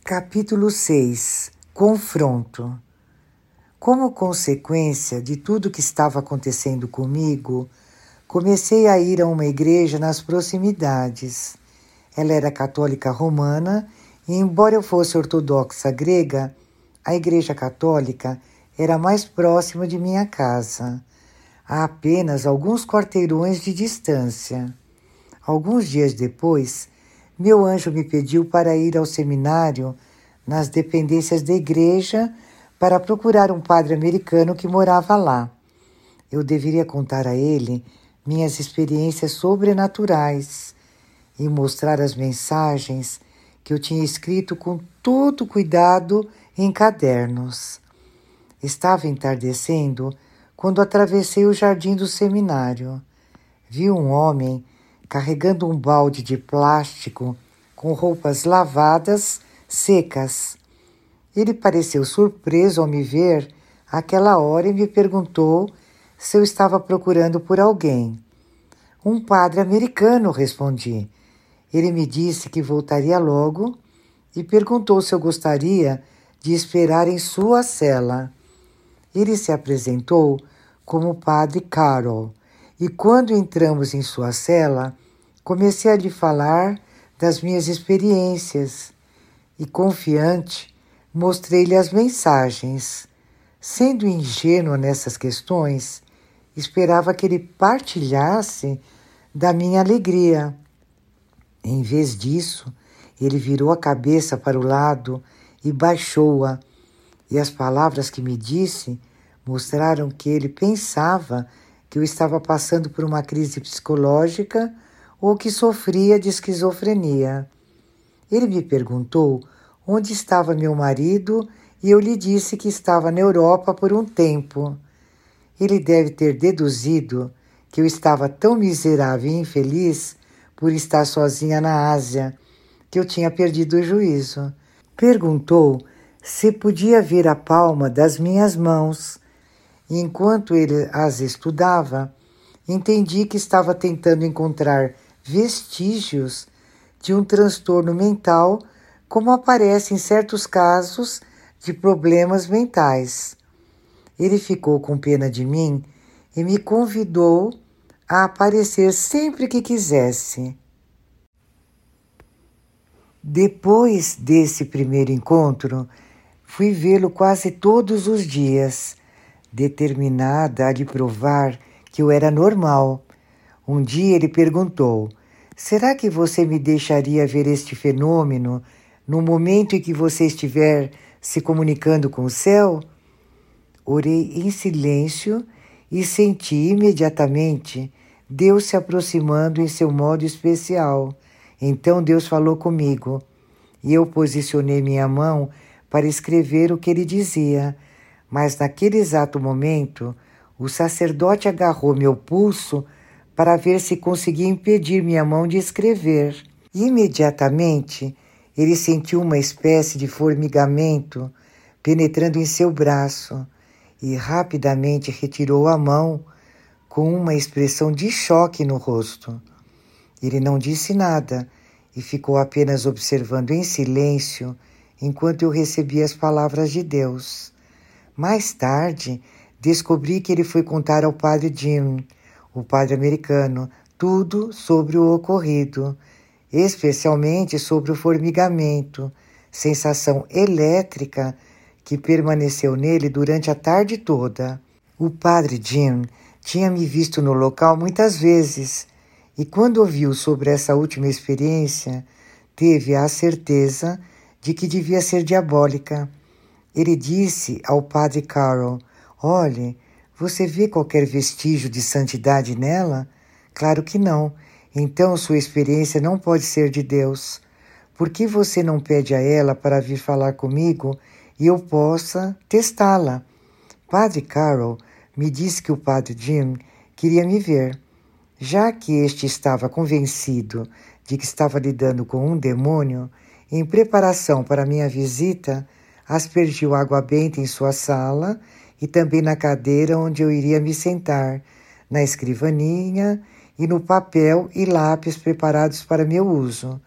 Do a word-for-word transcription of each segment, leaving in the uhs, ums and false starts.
Capítulo seis. Confronto. Como consequência de tudo que estava acontecendo comigo, comecei a ir a uma igreja nas proximidades. Ela era católica romana e, embora eu fosse ortodoxa grega, a igreja católica era mais próxima de minha casa, a apenas alguns quarteirões de distância. Alguns dias depois, meu anjo me pediu para ir ao seminário nas dependências da igreja para procurar um padre americano que morava lá. Eu deveria contar a ele minhas experiências sobrenaturais e mostrar as mensagens que eu tinha escrito com todo cuidado em cadernos. Estava entardecendo quando atravessei o jardim do seminário. Vi um homem carregando um balde de plástico com roupas lavadas, secas. Ele pareceu surpreso ao me ver àquela hora e me perguntou se eu estava procurando por alguém. Um padre americano, respondi. Ele me disse que voltaria logo e perguntou se eu gostaria de esperar em sua cela. Ele se apresentou como o padre Carol. E quando entramos em sua cela, comecei a lhe falar das minhas experiências e, confiante, mostrei-lhe as mensagens. Sendo ingênua nessas questões, esperava que ele partilhasse da minha alegria. Em vez disso, ele virou a cabeça para o lado e baixou-a, e as palavras que me disse mostraram que ele pensava que eu estava passando por uma crise psicológica ou que sofria de esquizofrenia. Ele me perguntou onde estava meu marido e eu lhe disse que estava na Europa por um tempo. Ele deve ter deduzido que eu estava tão miserável e infeliz por estar sozinha na Ásia que eu tinha perdido o juízo. Perguntou se podia ver a palma das minhas mãos. E enquanto ele as estudava, entendi que estava tentando encontrar vestígios de um transtorno mental, como aparece em certos casos de problemas mentais. Ele ficou com pena de mim e me convidou a aparecer sempre que quisesse. Depois desse primeiro encontro, fui vê-lo quase todos os dias, determinada a lhe provar que eu era normal. Um dia ele perguntou: será que você me deixaria ver este fenômeno no momento em que você estiver se comunicando com o céu? Orei em silêncio e senti imediatamente Deus se aproximando em seu modo especial. Então Deus falou comigo e eu posicionei minha mão para escrever o que ele dizia. Mas naquele exato momento, o sacerdote agarrou meu pulso para ver se conseguia impedir minha mão de escrever. Imediatamente, ele sentiu uma espécie de formigamento penetrando em seu braço e rapidamente retirou a mão com uma expressão de choque no rosto. Ele não disse nada e ficou apenas observando em silêncio enquanto eu recebia as palavras de Deus. Mais tarde, descobri que ele foi contar ao padre Jim, o padre americano, tudo sobre o ocorrido, especialmente sobre o formigamento, sensação elétrica que permaneceu nele durante a tarde toda. O padre Jim tinha me visto no local muitas vezes e, quando ouviu sobre essa última experiência, teve a certeza de que devia ser diabólica. Ele disse ao padre Carol: olhe, você vê qualquer vestígio de santidade nela? Claro que não. Então sua experiência não pode ser de Deus. Por que você não pede a ela para vir falar comigo e eu possa testá-la? Padre Carol me disse que o padre Jim queria me ver. Já que este estava convencido de que estava lidando com um demônio, em preparação para minha visita, aspergiu água benta em sua sala e também na cadeira onde eu iria me sentar, na escrivaninha e no papel e lápis preparados para meu uso.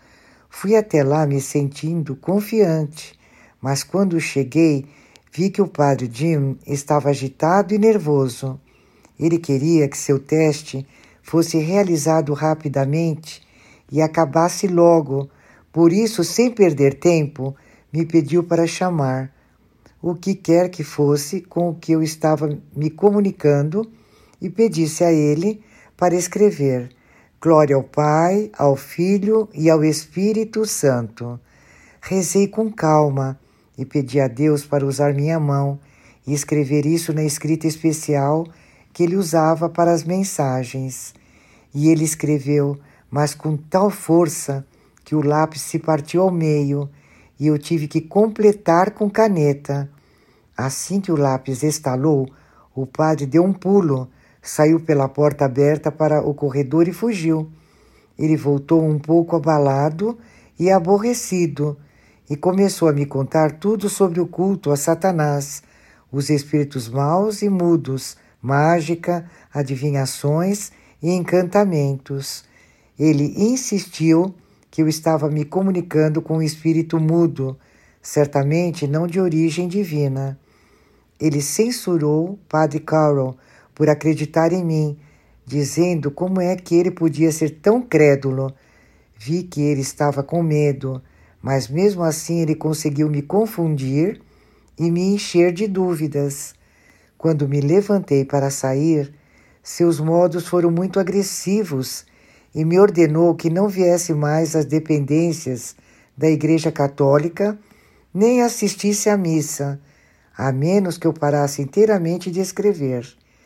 Fui até lá me sentindo confiante, mas quando cheguei, vi que o padre Jim estava agitado e nervoso. Ele queria que seu teste fosse realizado rapidamente e acabasse logo. Por isso, sem perder tempo, me pediu para chamar o que quer que fosse com o que eu estava me comunicando e pedisse a ele para escrever: Glória ao Pai, ao Filho e ao Espírito Santo. Rezei com calma e pedi a Deus para usar minha mão e escrever isso na escrita especial que ele usava para as mensagens. E ele escreveu, mas com tal força que o lápis se partiu ao meio e eu tive que completar com caneta. Assim que o lápis estalou, o padre deu um pulo, saiu pela porta aberta para o corredor e fugiu. Ele voltou um pouco abalado e aborrecido e começou a me contar tudo sobre o culto a Satanás, os espíritos maus e mudos, mágica, adivinhações e encantamentos. Ele insistiu que eu estava me comunicando com um espírito mudo, certamente não de origem divina. Ele censurou Padre Carroll por acreditar em mim, dizendo como é que ele podia ser tão crédulo. Vi que ele estava com medo, mas mesmo assim ele conseguiu me confundir e me encher de dúvidas. Quando me levantei para sair, seus modos foram muito agressivos e me ordenou que não viesse mais às dependências da Igreja Católica nem assistisse à missa, a menos que eu parasse inteiramente de escrever.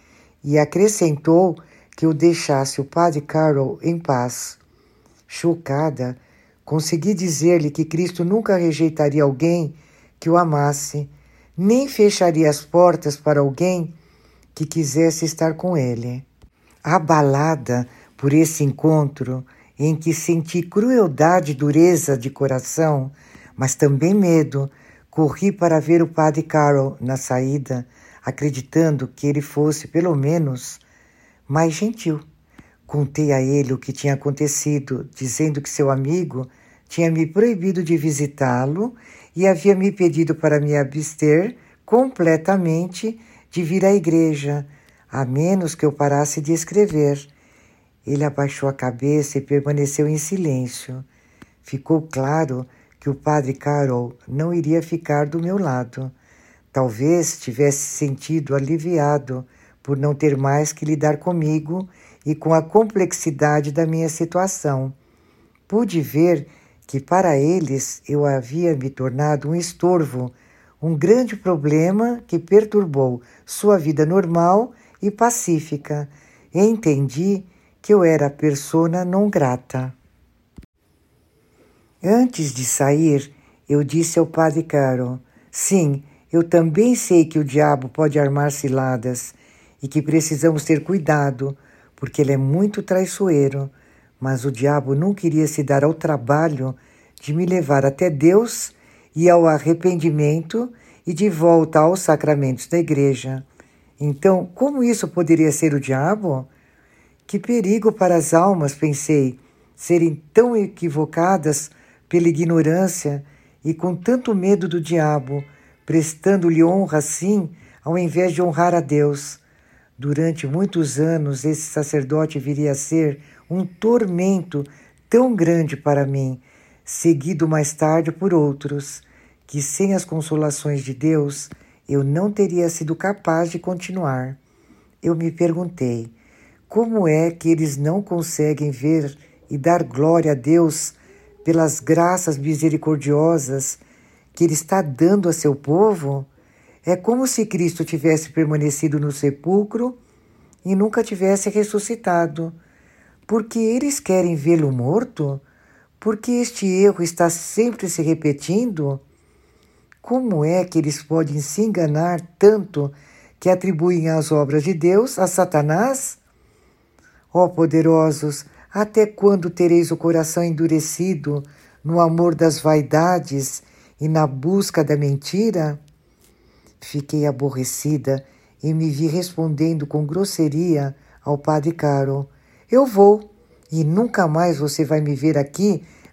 E acrescentou que eu deixasse o padre Carroll em paz. Chocada, consegui dizer-lhe que Cristo nunca rejeitaria alguém que o amasse, nem fecharia as portas para alguém que quisesse estar com ele. Abalada por esse encontro, em que senti crueldade e dureza de coração, mas também medo, corri para ver o padre Carroll na saída, acreditando que ele fosse, pelo menos, mais gentil. Contei a ele o que tinha acontecido, dizendo que seu amigo tinha me proibido de visitá-lo e havia me pedido para me abster completamente de vir à igreja, a menos que eu parasse de escrever. Ele abaixou a cabeça e permaneceu em silêncio. Ficou claro que o padre Carroll não iria ficar do meu lado. Talvez tivesse sentido aliviado por não ter mais que lidar comigo e com a complexidade da minha situação. Pude ver que para eles eu havia me tornado um estorvo, um grande problema que perturbou sua vida normal e pacífica. E entendi que eu era persona non grata. Antes de sair, eu disse ao padre Carroll: sim, eu também sei que o diabo pode armar ciladas e que precisamos ter cuidado, porque ele é muito traiçoeiro, mas o diabo não queria se dar ao trabalho de me levar até Deus e ao arrependimento e de volta aos sacramentos da igreja. Então, como isso poderia ser o diabo? Que perigo para as almas, pensei, serem tão equivocadas pela ignorância e com tanto medo do diabo, prestando-lhe honra assim, ao invés de honrar a Deus. Durante muitos anos, esse sacerdote viria a ser um tormento tão grande para mim, seguido mais tarde por outros, que sem as consolações de Deus, eu não teria sido capaz de continuar. Eu me perguntei, como é que eles não conseguem ver e dar glória a Deus pelas graças misericordiosas que Ele está dando a seu povo? É como se Cristo tivesse permanecido no sepulcro e nunca tivesse ressuscitado. Porque eles querem vê-lo morto? Porque este erro está sempre se repetindo? Como é que eles podem se enganar tanto que atribuem as obras de Deus a Satanás? Ó poderosos, até quando tereis o coração endurecido no amor das vaidades e na busca da mentira? Fiquei aborrecida e me vi respondendo com grosseria ao padre Carroll: eu vou, e nunca mais você vai me ver aqui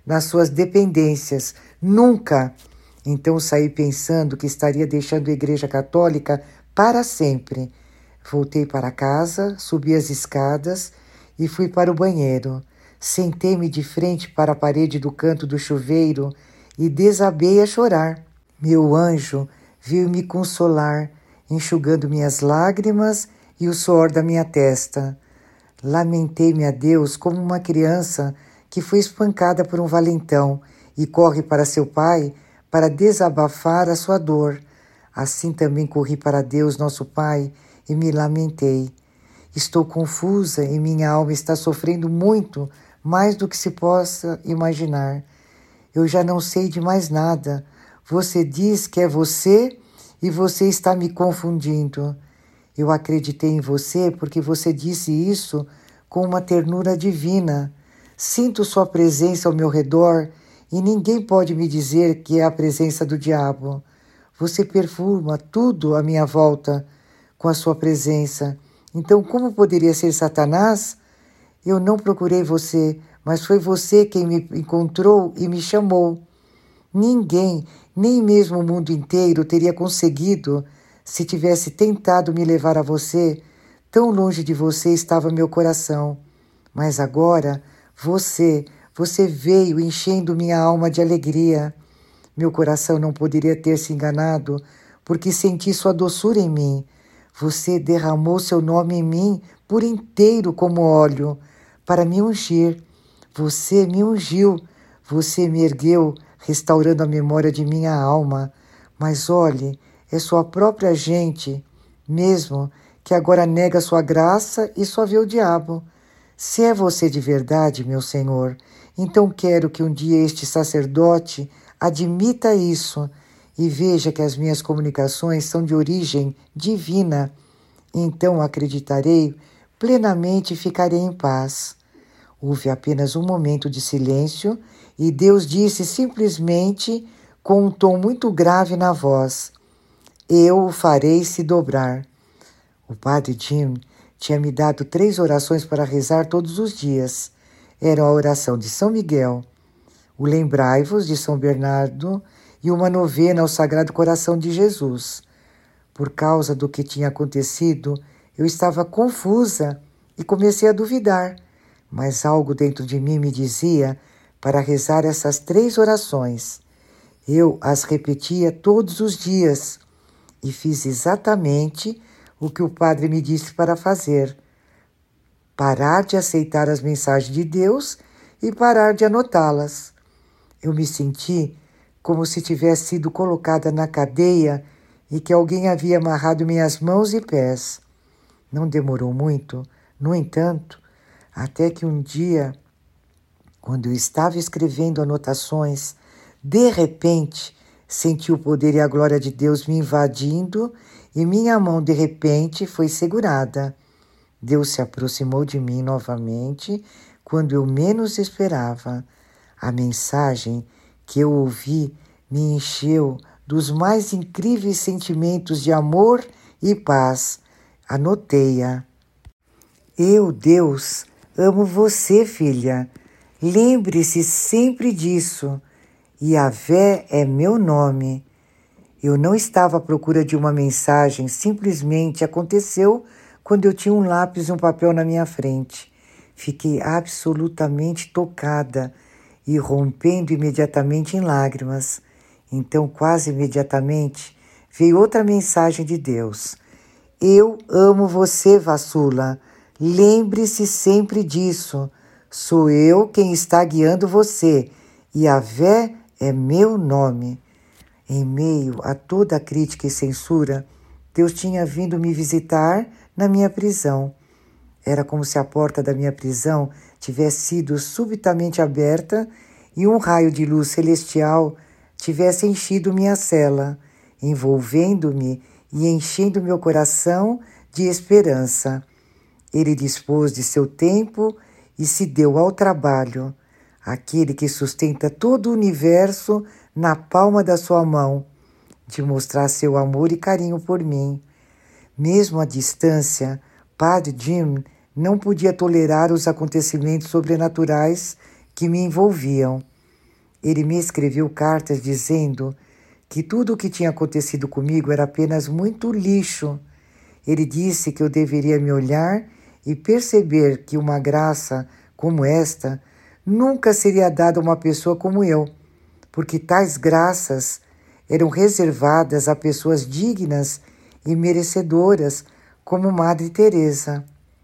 nas suas dependências. Nunca! Então saí pensando que estaria deixando a Igreja Católica para sempre. Voltei para casa, subi as escadas e fui para o banheiro. Sentei-me de frente para a parede do canto do chuveiro e desabei a chorar. Meu anjo veio me consolar, enxugando minhas lágrimas e o suor da minha testa. Lamentei-me a Deus como uma criança que foi espancada por um valentão e corre para seu pai para desabafar a sua dor. Assim também corri para Deus, nosso Pai, e me lamentei. Estou confusa e minha alma está sofrendo muito, mais do que se possa imaginar. Eu já não sei de mais nada. Você diz que é você e você está me confundindo. Eu acreditei em você porque você disse isso com uma ternura divina. Sinto sua presença ao meu redor e ninguém pode me dizer que é a presença do diabo. Você perfuma tudo à minha volta com a sua presença. Então, como poderia ser Satanás? Eu não procurei você, mas foi você quem me encontrou e me chamou. Ninguém, nem mesmo o mundo inteiro, teria conseguido se tivesse tentado me levar a você. Tão longe de você estava meu coração. Mas agora, você, você veio enchendo minha alma de alegria. Meu coração não poderia ter se enganado, porque senti sua doçura em mim. Você derramou seu nome em mim por inteiro como óleo, para me ungir. Você me ungiu, você me ergueu, restaurando a memória de minha alma. Mas olhe, é sua própria gente, mesmo que agora nega sua graça e só vê o diabo. Se é você de verdade, meu Senhor, então quero que um dia este sacerdote admita isso e veja que as minhas comunicações são de origem divina. Então acreditarei plenamente e ficarei em paz. Houve apenas um momento de silêncio e Deus disse simplesmente, com um tom muito grave na voz: eu o farei se dobrar. O padre Jim tinha me dado três orações para rezar todos os dias. Era a oração de São Miguel, o Lembrai-vos de São Bernardo e uma novena ao Sagrado Coração de Jesus. Por causa do que tinha acontecido, eu estava confusa e comecei a duvidar, mas algo dentro de mim me dizia para rezar essas três orações. Eu as repetia todos os dias e fiz exatamente o que o padre me disse para fazer: parar de aceitar as mensagens de Deus e parar de anotá-las. Eu me senti como se tivesse sido colocada na cadeia e que alguém havia amarrado minhas mãos e pés. Não demorou muito, no entanto, até que um dia, quando eu estava escrevendo anotações, de repente senti o poder e a glória de Deus me invadindo e minha mão de repente foi segurada. Deus se aproximou de mim novamente quando eu menos esperava. A mensagem que eu ouvi me encheu dos mais incríveis sentimentos de amor e paz. Anotei-a. Eu, Deus, amo você, filha. Lembre-se sempre disso. Yahvé é meu nome. Eu não estava à procura de uma mensagem, simplesmente aconteceu quando eu tinha um lápis e um papel na minha frente. Fiquei absolutamente tocada e rompendo imediatamente em lágrimas. Então, quase imediatamente, veio outra mensagem de Deus. Eu amo você, Vassula. Lembre-se sempre disso. Sou eu quem está guiando você. Yahvé é meu nome. Em meio a toda a crítica e censura, Deus tinha vindo me visitar na minha prisão. Era como se a porta da minha prisão tivesse sido subitamente aberta e um raio de luz celestial tivesse enchido minha cela, envolvendo-me e enchendo meu coração de esperança. Ele dispôs de seu tempo e se deu ao trabalho, aquele que sustenta todo o universo na palma da sua mão, de mostrar seu amor e carinho por mim. Mesmo à distância, Padre Jim não podia tolerar os acontecimentos sobrenaturais que me envolviam. Ele me escreveu cartas dizendo que tudo o que tinha acontecido comigo era apenas muito lixo. Ele disse que eu deveria me olhar e perceber que uma graça como esta nunca seria dada a uma pessoa como eu, porque tais graças eram reservadas a pessoas dignas e merecedoras, como Madre Teresa.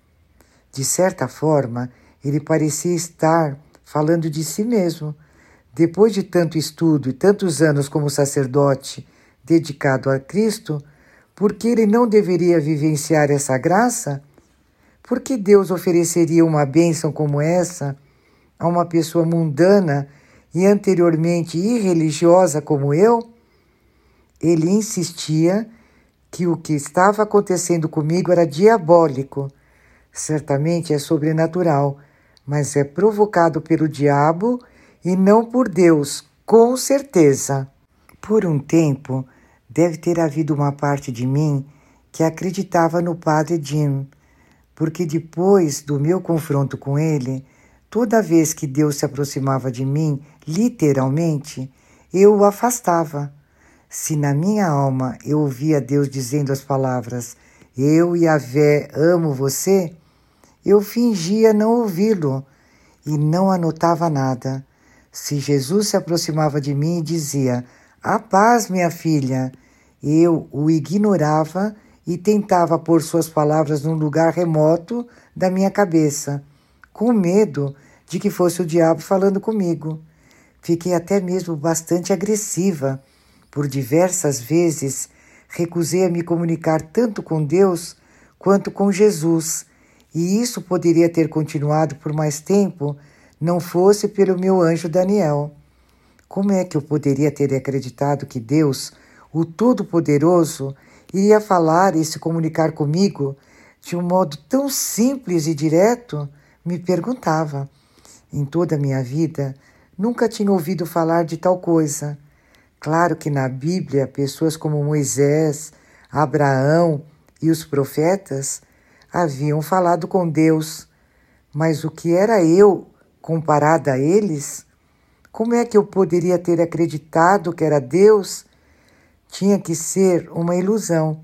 De certa forma, ele parecia estar falando de si mesmo. Depois de tanto estudo e tantos anos como sacerdote dedicado a Cristo, por que ele não deveria vivenciar essa graça? Por que Deus ofereceria uma bênção como essa a uma pessoa mundana e anteriormente irreligiosa como eu? Ele insistia que o que estava acontecendo comigo era diabólico. Certamente é sobrenatural, mas é provocado pelo diabo e não por Deus, com certeza. Por um tempo, deve ter havido uma parte de mim que acreditava no Padre Jim, porque depois do meu confronto com ele, toda vez que Deus se aproximava de mim, literalmente, eu o afastava. Se na minha alma eu ouvia Deus dizendo as palavras "Eu, Yahvé, amo você", eu fingia não ouvi-lo e não anotava nada. Se Jesus se aproximava de mim e dizia "A paz, minha filha", eu o ignorava e tentava pôr suas palavras num lugar remoto da minha cabeça, com medo de que fosse o diabo falando comigo. Fiquei até mesmo bastante agressiva. Por diversas vezes, recusei a me comunicar tanto com Deus quanto com Jesus, e isso poderia ter continuado por mais tempo, não fosse pelo meu anjo Daniel. Como é que eu poderia ter acreditado que Deus, o Todo-Poderoso, iria falar e se comunicar comigo de um modo tão simples e direto? Me perguntava. Em toda a minha vida, nunca tinha ouvido falar de tal coisa. Claro que na Bíblia, pessoas como Moisés, Abraão e os profetas haviam falado com Deus, mas o que era eu comparada a eles? Como é que eu poderia ter acreditado que era Deus? Tinha que ser uma ilusão.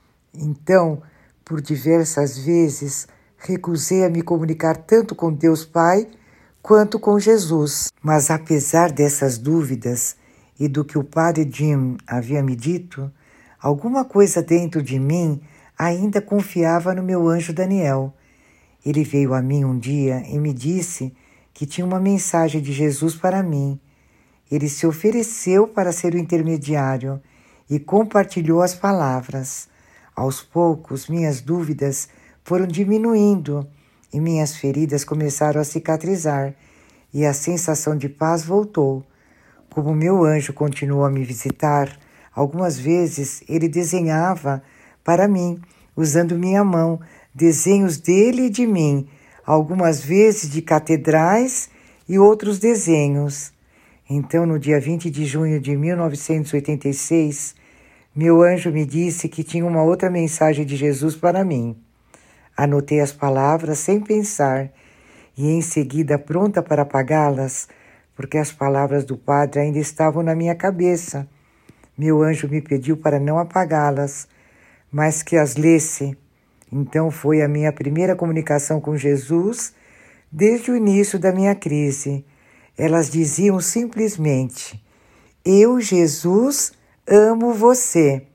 Então, por diversas vezes, recusei a me comunicar tanto com Deus Pai quanto com Jesus. Mas apesar dessas dúvidas e do que o Padre Jim havia me dito, alguma coisa dentro de mim ainda confiava no meu anjo Daniel. Ele veio a mim um dia e me disse que tinha uma mensagem de Jesus para mim. Ele se ofereceu para ser o intermediário e compartilhou as palavras. Aos poucos, minhas dúvidas foram diminuindo e minhas feridas começaram a cicatrizar e a sensação de paz voltou. Como meu anjo continuou a me visitar, algumas vezes ele desenhava para mim, usando minha mão, desenhos dele e de mim, algumas vezes de catedrais e outros desenhos. Então, no dia vinte de junho de mil novecentos e oitenta e seis, meu anjo me disse que tinha uma outra mensagem de Jesus para mim. Anotei as palavras sem pensar e, em seguida, pronta para apagá-las, porque as palavras do padre ainda estavam na minha cabeça. Meu anjo me pediu para não apagá-las, mas que as lesse. Então foi a minha primeira comunicação com Jesus desde o início da minha crise. Elas diziam simplesmente: "Eu, Jesus, amo você".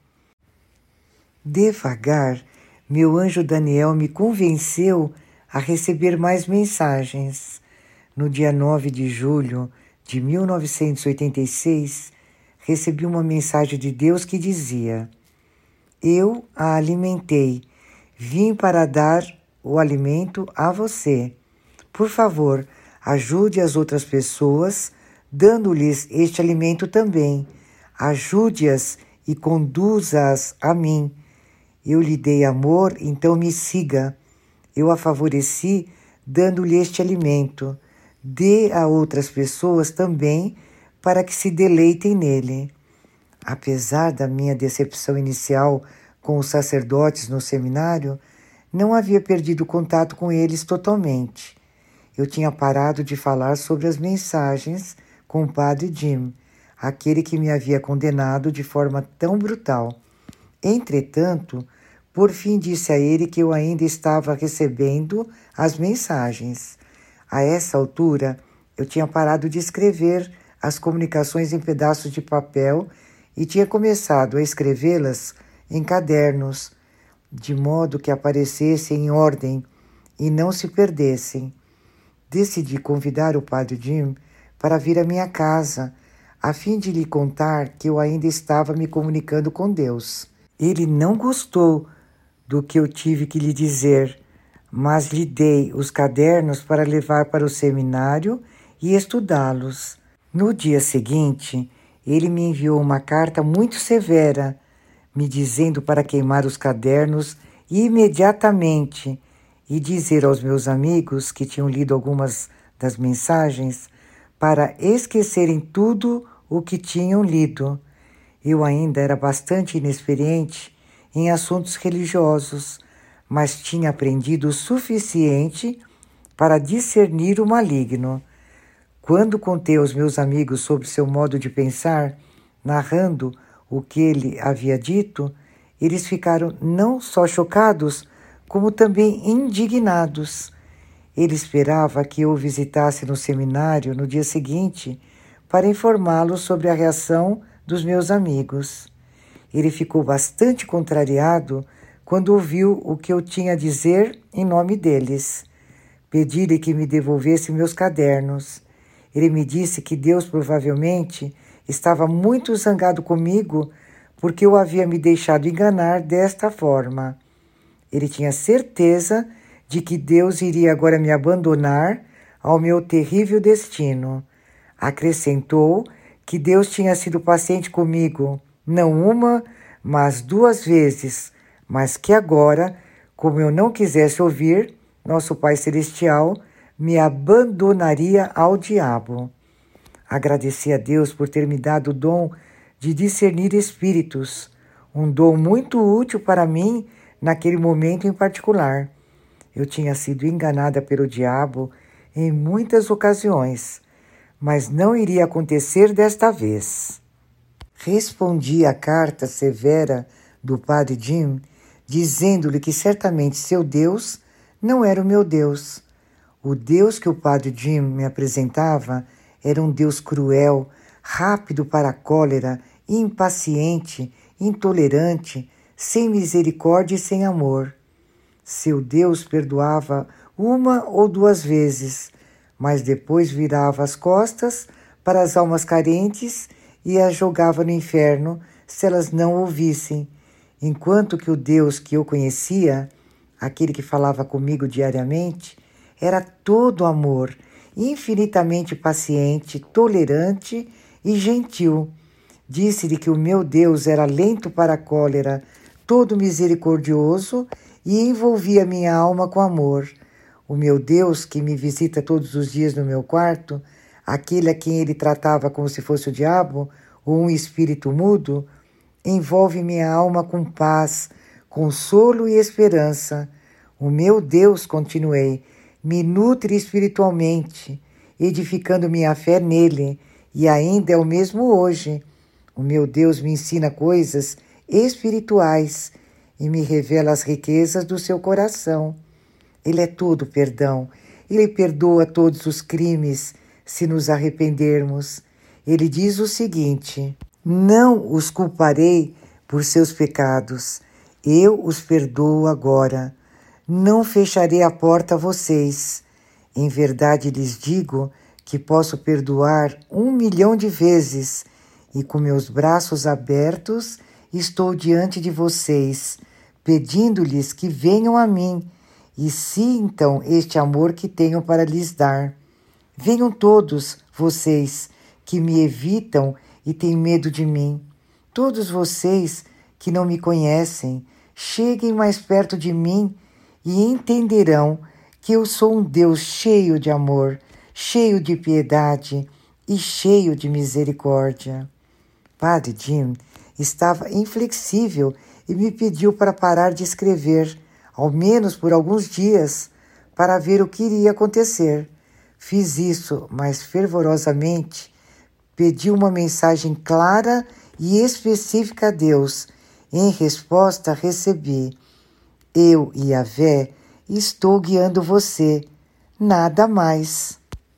Devagar, meu anjo Daniel me convenceu a receber mais mensagens. No dia nove de julho de mil novecentos e oitenta e seis, recebi uma mensagem de Deus que dizia: "Eu a alimentei, vim para dar o alimento a você. Por favor, ajude as outras pessoas, dando-lhes este alimento também. Ajude-as e conduza-as a mim. Eu lhe dei amor, então me siga. Eu a favoreci, dando-lhe este alimento. Dê a outras pessoas também, para que se deleitem nele". Apesar da minha decepção inicial com os sacerdotes no seminário, não havia perdido contato com eles totalmente. Eu tinha parado de falar sobre as mensagens com o padre Jim, aquele que me havia condenado de forma tão brutal. Entretanto, por fim disse a ele que eu ainda estava recebendo as mensagens. A essa altura, eu tinha parado de escrever as comunicações em pedaços de papel e tinha começado a escrevê-las em cadernos, de modo que aparecessem em ordem e não se perdessem. Decidi convidar o padre Jim para vir à minha casa, a fim de lhe contar que eu ainda estava me comunicando com Deus. Ele não gostou do que eu tive que lhe dizer, mas lhe dei os cadernos para levar para o seminário e estudá-los. No dia seguinte, ele me enviou uma carta muito severa, me dizendo para queimar os cadernos imediatamente e dizer aos meus amigos que tinham lido algumas das mensagens para esquecerem tudo o que tinham lido. Eu ainda era bastante inexperiente em assuntos religiosos, mas tinha aprendido o suficiente para discernir o maligno. Quando contei aos meus amigos sobre seu modo de pensar, narrando o que ele havia dito, eles ficaram não só chocados, como também indignados. Ele esperava que eu o visitasse no seminário no dia seguinte para informá-lo sobre a reação dos meus amigos. Ele ficou bastante contrariado quando ouviu o que eu tinha a dizer em nome deles. Pedi-lhe que me devolvesse meus cadernos. Ele me disse que Deus provavelmente estava muito zangado comigo porque eu havia me deixado enganar desta forma. Ele tinha certeza de que Deus iria agora me abandonar ao meu terrível destino. Acrescentou que Deus tinha sido paciente comigo, não uma, mas duas vezes, mas que agora, como eu não quisesse ouvir, nosso Pai Celestial me abandonaria ao diabo. Agradeci a Deus por ter me dado o dom de discernir espíritos, um dom muito útil para mim naquele momento em particular. Eu tinha sido enganada pelo diabo em muitas ocasiões, mas não iria acontecer desta vez. Respondi à carta severa do padre Jim, dizendo-lhe que certamente seu Deus não era o meu Deus. O Deus que o padre Jim me apresentava era um Deus cruel, rápido para a cólera, impaciente, intolerante, sem misericórdia e sem amor. Seu Deus perdoava uma ou duas vezes, mas depois virava as costas para as almas carentes e as jogava no inferno se elas não ouvissem, enquanto que o Deus que eu conhecia, aquele que falava comigo diariamente, era todo amor, infinitamente paciente, tolerante e gentil. Disse-lhe que o meu Deus era lento para a cólera, todo misericordioso e envolvia minha alma com amor. O meu Deus, que me visita todos os dias no meu quarto, aquele a quem ele tratava como se fosse o diabo ou um espírito mudo, envolve minha alma com paz, consolo e esperança. O meu Deus, continuei, me nutre espiritualmente, edificando minha fé nele, e ainda é o mesmo hoje. O meu Deus me ensina coisas espirituais e me revela as riquezas do seu coração. Ele é todo perdão. Ele perdoa todos os crimes se nos arrependermos. Ele diz o seguinte: não os culparei por seus pecados. Eu os perdoo agora. Não fecharei a porta a vocês. Em verdade lhes digo que posso perdoar um milhão de vezes, e com meus braços abertos estou diante de vocês, pedindo-lhes que venham a mim e sintam este amor que tenho para lhes dar. Venham todos vocês que me evitam e têm medo de mim. Todos vocês que não me conhecem, cheguem mais perto de mim e entenderão que eu sou um Deus cheio de amor, cheio de piedade e cheio de misericórdia. Padre Jim estava inflexível e me pediu para parar de escrever, ao menos por alguns dias, para ver o que iria acontecer. Fiz isso mais fervorosamente, Pedi uma mensagem clara e específica a Deus. Em resposta, recebi: eu, Yahvé, estou guiando você, nada mais.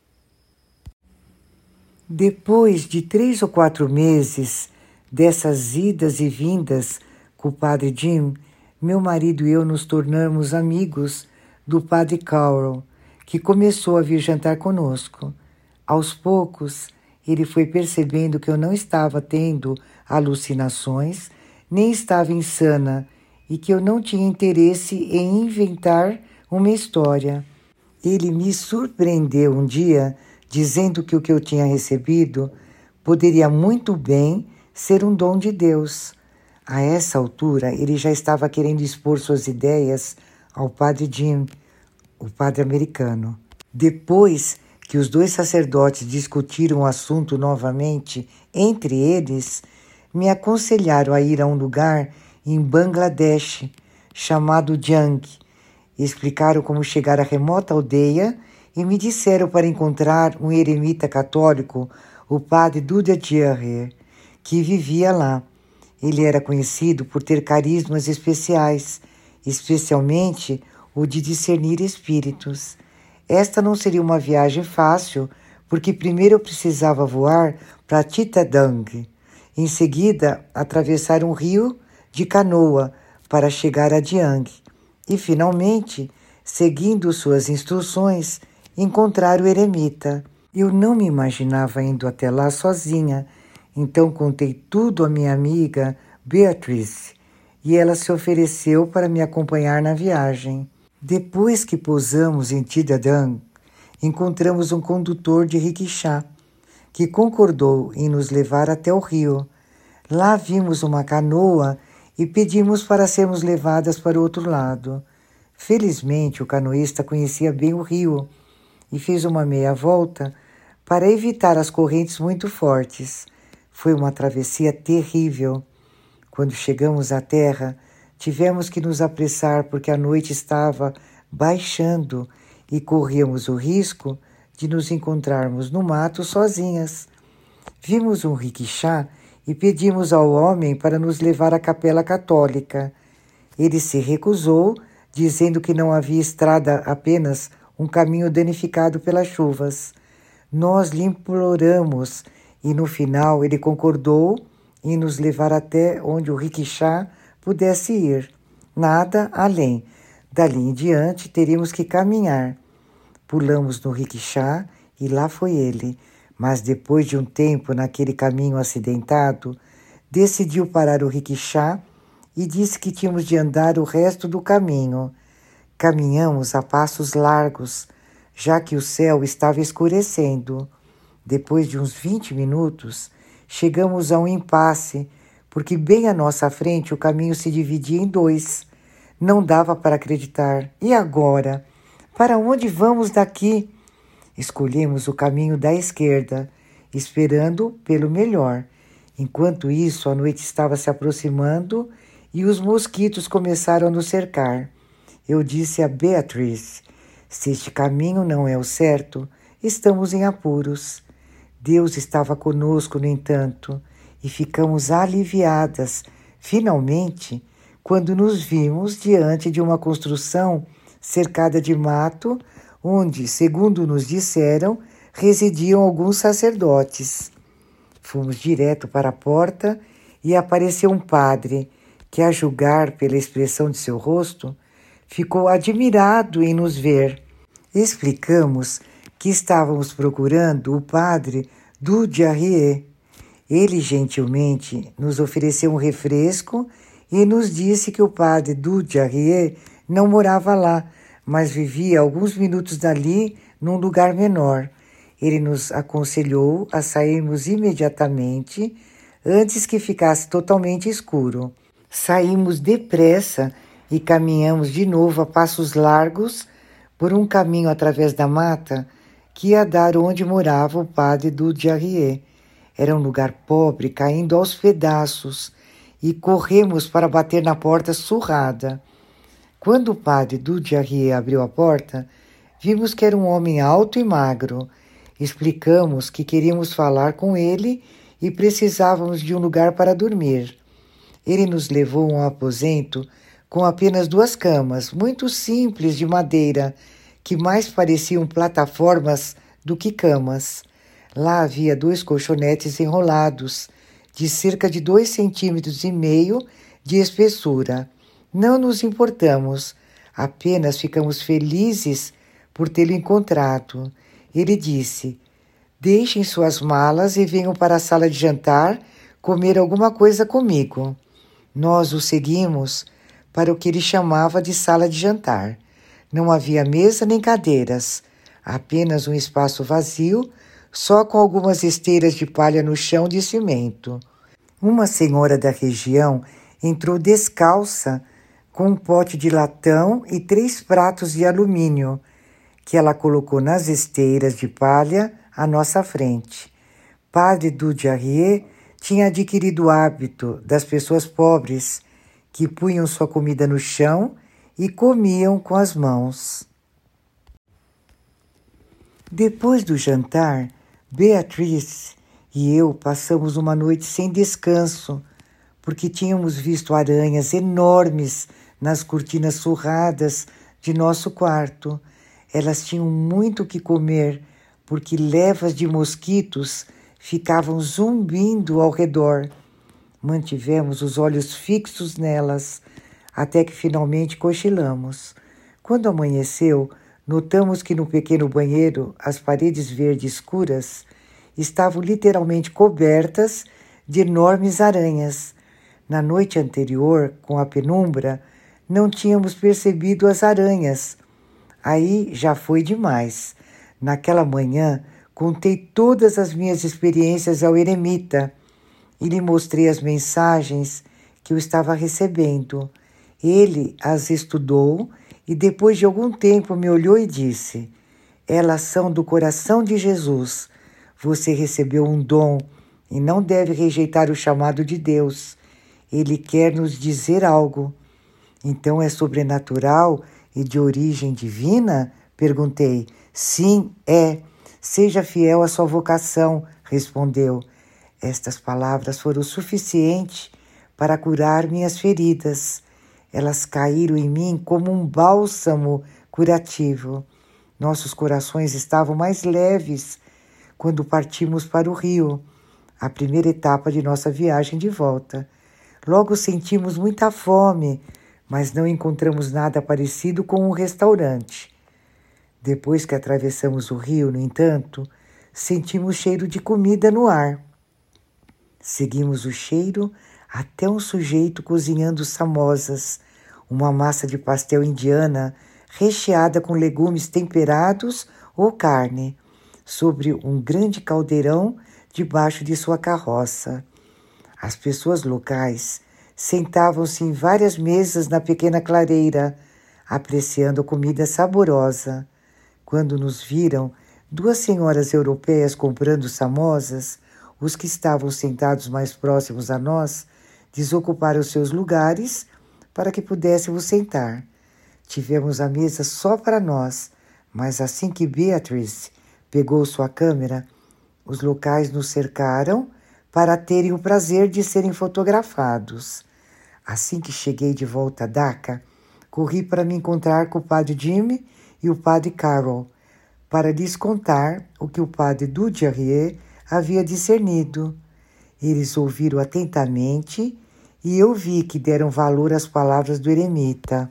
Depois de três ou quatro meses dessas idas e vindas com o Padre Jim, meu marido e eu nos tornamos amigos do Padre Carl, que começou a vir jantar conosco. Aos poucos, ele foi percebendo que eu não estava tendo alucinações, nem estava insana, e que eu não tinha interesse em inventar uma história. Ele me surpreendeu um dia, dizendo que o que eu tinha recebido poderia muito bem ser um dom de Deus. A essa altura, ele já estava querendo expor suas ideias ao Padre Jim, o padre americano. Depois que os dois sacerdotes discutiram o assunto novamente entre eles, me aconselharam a ir a um lugar em Bangladesh chamado Jang. Explicaram como chegar à remota aldeia e me disseram para encontrar um eremita católico, o padre Duda Djerrer, que vivia lá. Ele era conhecido por ter carismas especiais, especialmente o de discernir espíritos. Esta não seria uma viagem fácil, porque primeiro eu precisava voar para Chittagong, em seguida atravessar um rio de canoa para chegar a Diang e, finalmente, seguindo suas instruções, encontrar o eremita. Eu não me imaginava indo até lá sozinha, então contei tudo à minha amiga Beatrice e ela se ofereceu para me acompanhar na viagem. Depois que pousamos em Chittagong, encontramos um condutor de rickshaw que concordou em nos levar até o rio. Lá vimos uma canoa e pedimos para sermos levadas para o outro lado. Felizmente, o canoísta conhecia bem o rio e fez uma meia volta para evitar as correntes muito fortes. Foi uma travessia terrível. Quando chegamos à terra, tivemos que nos apressar porque a noite estava baixando e corríamos o risco de nos encontrarmos no mato sozinhas. Vimos um rickshaw e pedimos ao homem para nos levar à capela católica. Ele se recusou, dizendo que não havia estrada, apenas um caminho danificado pelas chuvas. Nós lhe imploramos e, no final, ele concordou em nos levar até onde o rickshaw pudesse ir. Nada além. Dali em diante, teríamos que caminhar. Pulamos no rickshaw e lá foi ele. Mas depois de um tempo naquele caminho acidentado, decidiu parar o rickshaw e disse que tínhamos de andar o resto do caminho. Caminhamos a passos largos, já que o céu estava escurecendo. Depois de uns vinte minutos, chegamos a um impasse, porque bem à nossa frente o caminho se dividia em dois. Não dava para acreditar. E agora? Para onde vamos daqui? Escolhemos o caminho da esquerda, esperando pelo melhor. Enquanto isso, a noite estava se aproximando e os mosquitos começaram a nos cercar. Eu disse a Beatriz: se este caminho não é o certo, estamos em apuros. Deus estava conosco, no entanto, e ficamos aliviadas, finalmente, quando nos vimos diante de uma construção cercada de mato, onde, segundo nos disseram, residiam alguns sacerdotes. Fomos direto para a porta e apareceu um padre que, a julgar pela expressão de seu rosto, ficou admirado em nos ver. Explicamos que estávamos procurando o padre Dudjarrier. Ele gentilmente nos ofereceu um refresco e nos disse que o padre Dudjarrier não morava lá, mas vivia alguns minutos dali num lugar menor. Ele nos aconselhou a sairmos imediatamente antes que ficasse totalmente escuro. Saímos depressa e caminhamos de novo a passos largos por um caminho através da mata que ia dar onde morava o padre Dudjarrier. Era um lugar pobre, caindo aos pedaços, e corremos para bater na porta surrada. Quando o padre Dudjarrier abriu a porta, vimos que era um homem alto e magro. Explicamos que queríamos falar com ele e precisávamos de um lugar para dormir. Ele nos levou a um aposento com apenas duas camas, muito simples de madeira, que mais pareciam plataformas do que camas. Lá havia dois colchonetes enrolados, de cerca de dois centímetros e meio de espessura. Não nos importamos, apenas ficamos felizes por tê-lo encontrado. Ele disse: deixem suas malas e venham para a sala de jantar comer alguma coisa comigo. Nós o seguimos para o que ele chamava de sala de jantar. Não havia mesa nem cadeiras, apenas um espaço vazio, só com algumas esteiras de palha no chão de cimento. Uma senhora da região entrou descalça com um pote de latão e três pratos de alumínio, que ela colocou nas esteiras de palha à nossa frente. Padre Dujardin tinha adquirido o hábito das pessoas pobres, que punham sua comida no chão e comiam com as mãos. Depois do jantar, Beatriz e eu passamos uma noite sem descanso, porque tínhamos visto aranhas enormes nas cortinas surradas de nosso quarto. Elas tinham muito o que comer, porque levas de mosquitos ficavam zumbindo ao redor. Mantivemos os olhos fixos nelas, até que finalmente cochilamos. Quando amanheceu, notamos que no pequeno banheiro as paredes verdes escuras estavam literalmente cobertas de enormes aranhas. Na noite anterior, com a penumbra, não tínhamos percebido as aranhas. Aí já foi demais. Naquela manhã, contei todas as minhas experiências ao eremita e lhe mostrei as mensagens que eu estava recebendo. Ele as estudou e depois de algum tempo me olhou e disse: elas são do coração de Jesus. Você recebeu um dom e não deve rejeitar o chamado de Deus. Ele quer nos dizer algo. Então é sobrenatural e de origem divina? Perguntei. Sim, é. Seja fiel à sua vocação, respondeu. Estas palavras foram o suficiente para curar minhas feridas. Elas caíram em mim como um bálsamo curativo. Nossos corações estavam mais leves quando partimos para o Rio, a primeira etapa de nossa viagem de volta. Logo sentimos muita fome, mas não encontramos nada parecido com um restaurante. Depois que atravessamos o rio, no entanto, sentimos cheiro de comida no ar. Seguimos o cheiro até um sujeito cozinhando samosas, uma massa de pastel indiana recheada com legumes temperados ou carne, sobre um grande caldeirão debaixo de sua carroça. As pessoas locais sentavam-se em várias mesas na pequena clareira, apreciando a comida saborosa. Quando nos viram, duas senhoras europeias comprando samosas, os que estavam sentados mais próximos a nós desocuparam seus lugares para que pudéssemos sentar. Tivemos a mesa só para nós, mas assim que Beatriz pegou sua câmera, os locais nos cercaram para terem o prazer de serem fotografados. Assim que cheguei de volta a Dhaka, corri para me encontrar com o padre Jimmy e o padre Carol, para lhes contar o que o padre Dujardin havia discernido. Eles ouviram atentamente e eu vi que deram valor às palavras do eremita.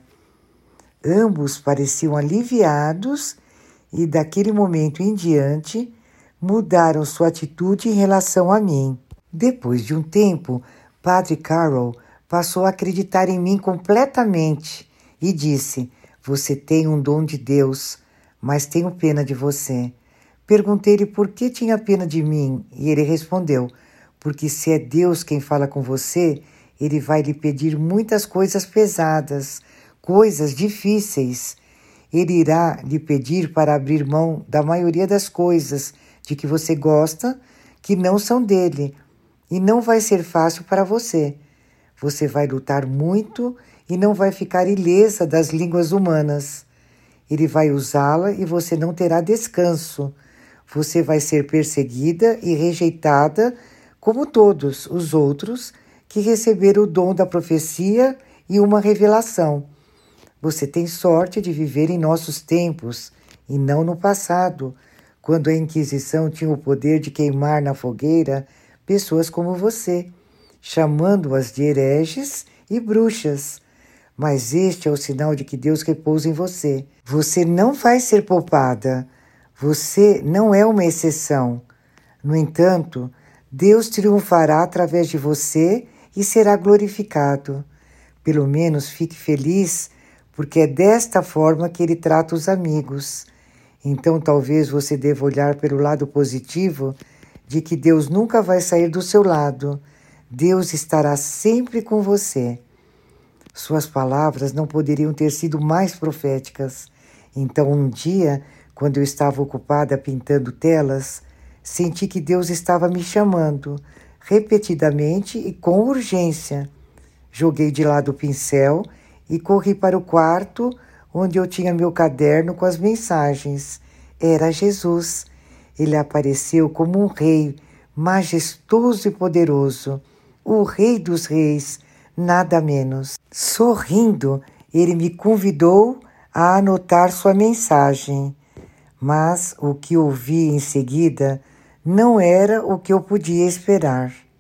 Ambos pareciam aliviados e, daquele momento em diante, mudaram sua atitude em relação a mim. Depois de um tempo, padre Carol passou a acreditar em mim completamente e disse: você tem um dom de Deus, mas tenho pena de você. Perguntei-lhe por que tinha pena de mim e ele respondeu: porque se é Deus quem fala com você, ele vai lhe pedir muitas coisas pesadas, coisas difíceis. Ele irá lhe pedir para abrir mão da maioria das coisas de que você gosta, que não são dele, e não vai ser fácil para você. Você vai lutar muito e não vai ficar ilesa das línguas humanas. Ele vai usá-la e você não terá descanso. Você vai ser perseguida e rejeitada como todos os outros que receberam o dom da profecia e uma revelação. Você tem sorte de viver em nossos tempos e não no passado, quando a Inquisição tinha o poder de queimar na fogueira pessoas como você, chamando-as de hereges e bruxas. Mas este é o sinal de que Deus repousa em você. Você não vai ser poupada. Você não é uma exceção. No entanto, Deus triunfará através de você e será glorificado. Pelo menos fique feliz, porque é desta forma que Ele trata os amigos. Então talvez você deva olhar pelo lado positivo de que Deus nunca vai sair do seu lado. Deus estará sempre com você. Suas palavras não poderiam ter sido mais proféticas. Então um dia, quando eu estava ocupada pintando telas, senti que Deus estava me chamando, repetidamente e com urgência. Joguei de lado o pincel e corri para o quarto onde eu tinha meu caderno com as mensagens. Era Jesus. Ele apareceu como um rei, majestoso e poderoso, o Rei dos Reis, nada menos. Sorrindo, ele me convidou a anotar sua mensagem, mas o que ouvi em seguida não era o que eu podia esperar.